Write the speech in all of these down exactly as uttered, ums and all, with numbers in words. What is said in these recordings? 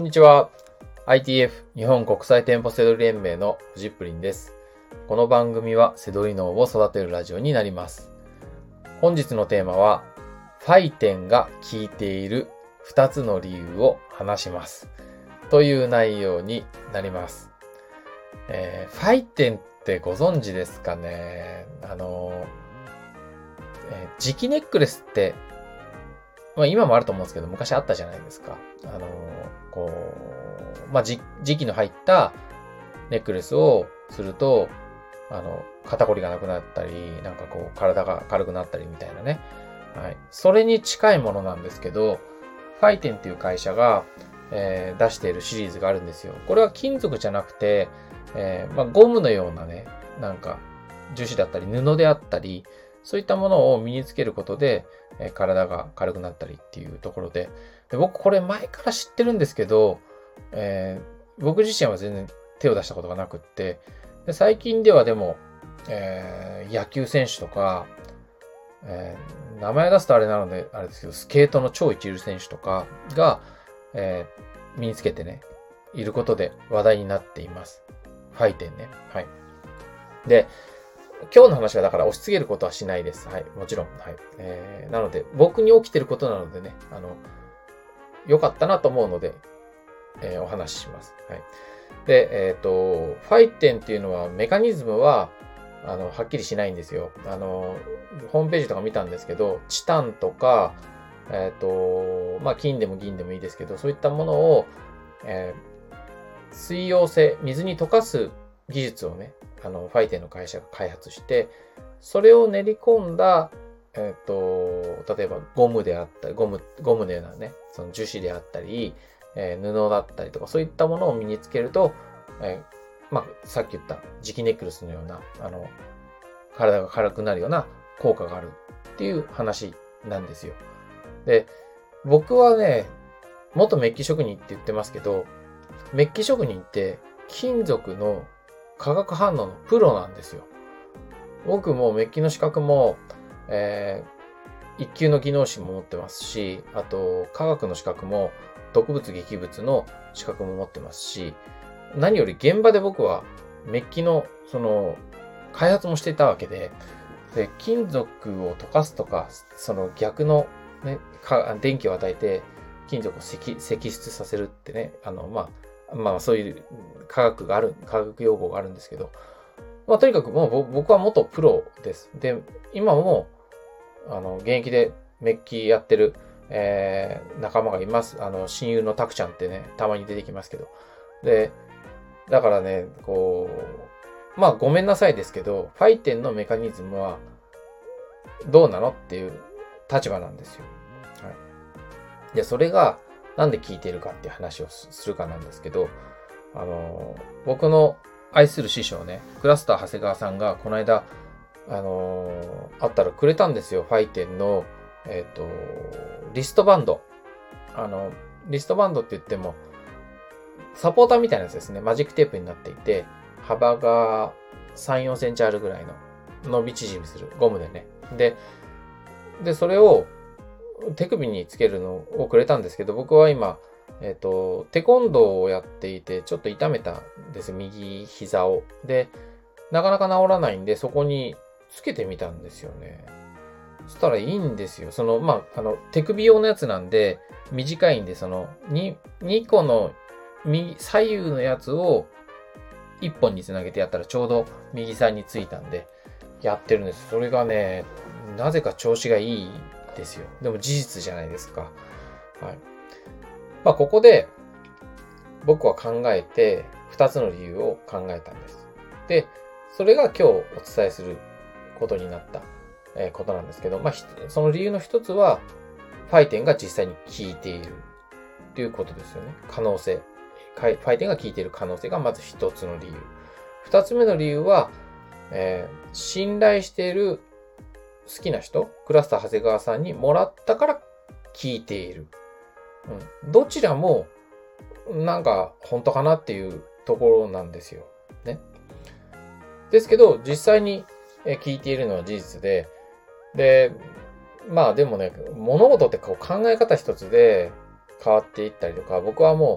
にちは。アイティーエフ 日本国際店舗セドリ連盟のフジップリンです。この番組はセドリ脳を育てるラジオになります。本日のテーマは、ファイ店が効いているふたつの理由を話します。という内容になります。えー、ファイ店ってご存知ですかね。あの、えー、磁気ネックレスって、まあ今もあると思うんですけど、昔あったじゃないですか。あの、こう、まあ、磁気の入ったネックレスをすると、あの、肩こりがなくなったり、なんかこう、体が軽くなったりみたいなね。はい。それに近いものなんですけど、ファイテンっていう会社が、えー、出しているシリーズがあるんですよ。これは金属じゃなくて、えー、まあ、ゴムのようなね、なんか、樹脂だったり、布であったり、そういったものを身につけることで、えー、体が軽くなったりっていうところで、で僕これ前から知ってるんですけど、えー、僕自身は全然手を出したことがなくって、で最近ではでも、えー、野球選手とか、えー、名前出すとあれなので、あれですけど、スケートの超一流選手とかが、えー、身につけてね、いることで話題になっています。ファイテンね。はい。で、今日の話はだから押し付けることはしないです。はい。もちろん。はい。えー、なので、僕に起きてることなのでね、あの、良かったなと思うので、えー、お話しします。はい。で、えっと、ファイテンっていうのは、メカニズムは、あの、はっきりしないんですよ。あの、ホームページとか見たんですけど、チタンとか、えっと、まあ、金でも銀でもいいですけど、そういったものを、えー、水溶性、水に溶かす技術をね、あの、ファイテンの会社が開発して、それを練り込んだ、えっと、例えばゴムであったり、ゴム、ゴムのようなね、その樹脂であったり、えー、布だったりとか、そういったものを身につけると、えー、まあ、さっき言った磁気ネックレスのような、あの、体が軽くなるような効果があるっていう話なんですよ。で、僕はね、元メッキ職人って言ってますけど、メッキ職人って金属の化学反応のプロなんですよ。僕もメッキの資格も、えー、一級の技能士も持ってますし、あと化学の資格も毒物劇物の資格も持ってますし、何より現場で僕はメッキのその開発もしていたわけで、で金属を溶かすとか、その逆の、ね、電気を与えて金属を析出させるってね、あの、まあ、まあそういう科学がある、科学用語があるんですけど、まあとにかくもう僕は元プロです。で、今も、あの、現役でメッキやってる、えー、仲間がいます。あの、親友のタクちゃんってね、たまに出てきますけど。で、だからね、こう、まあごめんなさいですけど、ファイテンのメカニズムはどうなのっていう立場なんですよ。はい。で、それがなんで効いているかっていう話をするかなんですけど、あの、僕の愛する師匠ね、クラスター長谷川さんがこの間、あのー、あったらくれたんですよ。ファイテンの、えっと、リストバンド。あの、リストバンドって言っても、サポーターみたいなやつですね。マジックテープになっていて、幅がさん、よんセンチあるぐらいの伸び縮みするゴムでね。で、で、それを手首につけるのをくれたんですけど、僕は今、えっと、テコンドーをやっていて、ちょっと痛めたんです。右膝を。で、なかなか治らないんで、そこにつけてみたんですよね。そしたらいいんですよ。その、まあ、あの、手首用のやつなんで、短いんで、その、に、にこの右、左右のやつをいっぽんにつなげてやったらちょうど右膝についたんで、やってるんです。それがね、なぜか調子がいいですよ。でも事実じゃないですか。はい。まあ、ここで僕は考えてふたつの理由を考えたんです。で、それが今日お伝えすることになったことなんですけど、まあ、その理由の一つはファイテンが実際に効いているということですよね。可能性。ファイテンが効いている可能性がまず一つの理由。二つ目の理由は、えー、信頼している好きな人、クラスター長谷川さんにもらったから効いている。うん、どちらも、なんか、本当かなっていうところなんですよ。ね。ですけど、実際に聞いているのは事実で、で、まあでもね、物事ってこう考え方一つで変わっていったりとか、僕はも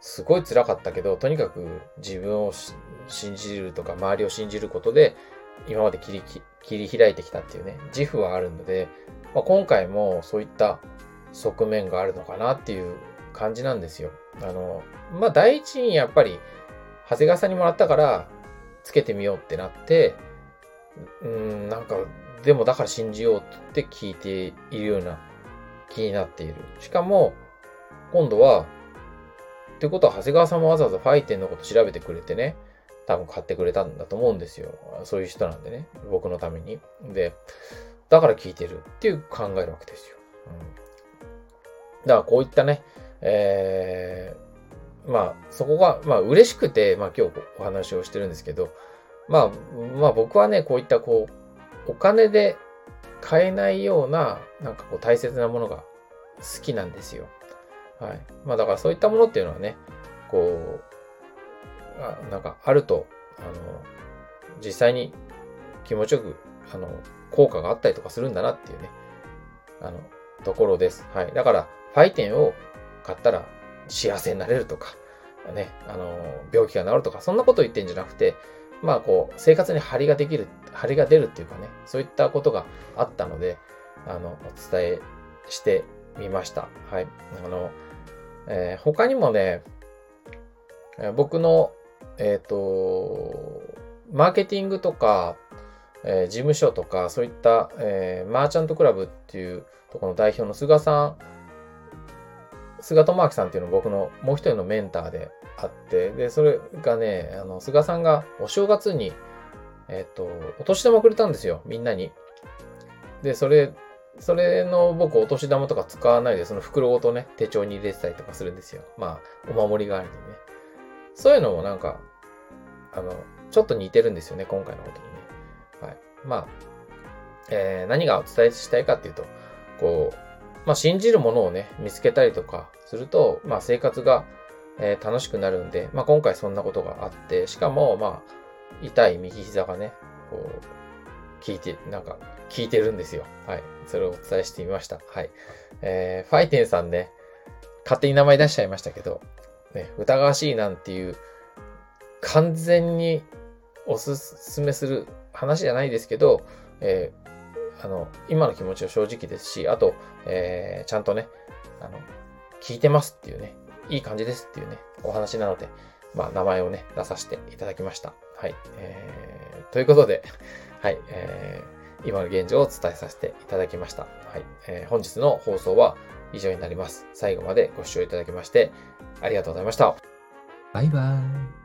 すごい辛かったけど、とにかく自分を信じるとか、周りを信じることで、今まで切り、切り開いてきたっていうね、自負はあるので、まあ、今回もそういった側面があるのかなっていう感じなんですよ。あの、まあ、第一にやっぱり、長谷川さんにもらったから、つけてみようってなって、うーん、なんか、でもだから信じようって聞いているような気になっている。しかも、今度は、ってことは長谷川さんもわざわざファイテンのこと調べてくれてね、多分買ってくれたんだと思うんですよ。そういう人なんでね、僕のために。で、だから聞いてるっていう考えるわけですよ。うん、だからこういったね、えー、まあそこが、まあ嬉しくて、まあ今日お話をしてるんですけど、まあ、まあ僕はね、こういったこう、お金で買えないような、なんかこう大切なものが好きなんですよ。はい。まあだからそういったものっていうのはね、こう、あなんかあると、あの、実際に気持ちよく、あの、効果があったりとかするんだなっていうね、あの、ところです。はい。だから、ファイテンを買ったら幸せになれるとか、ね、あの、病気が治るとか、そんなことを言ってんじゃなくて、まあこう、生活に張りができる、張りが出るっていうかね、そういったことがあったので、あの、お伝えしてみました。はい。あの、えー、他にもね、僕の、えっと、マーケティングとか、えー、事務所とか、そういった、えー、マーチャントクラブっていうところの代表の菅さん、菅智明さんっていうのは僕のもう一人のメンターであって、で、それがね、あの、菅さんがお正月に、えっと、お年玉くれたんですよ、みんなに。で、それ、それの僕お年玉とか使わないで、その袋ごとね、手帳に入れてたりとかするんですよ。まあ、お守り代わりにね。そういうのもなんか、あの、ちょっと似てるんですよね、今回のことにね。はい。まあ、えー、何がお伝えしたいかっていうと、こう、まあ、信じるものをね、見つけたりとかすると、まあ、生活が、えー、楽しくなるんで、まあ、今回そんなことがあって、しかも、まあ、痛い右膝がね、こう、効いて、なんか、効いてるんですよ。はい。それをお伝えしてみました。はい。えー、ファイテンさんね、勝手に名前出しちゃいましたけど、ね、疑わしいなんていう、完全におすすめする話じゃないですけど、えー、あの、今の気持ちは正直ですし、あと、えー、ちゃんとね、あの、聞いてますっていうね、いい感じですっていうね、お話なので、まあ、名前をね、出させていただきました。はい。えー、ということで、はい、えー、今の現状を伝えさせていただきました。はい。えー、本日の放送は以上になります。最後までご視聴いただきまして、ありがとうございました。 バイバーイ。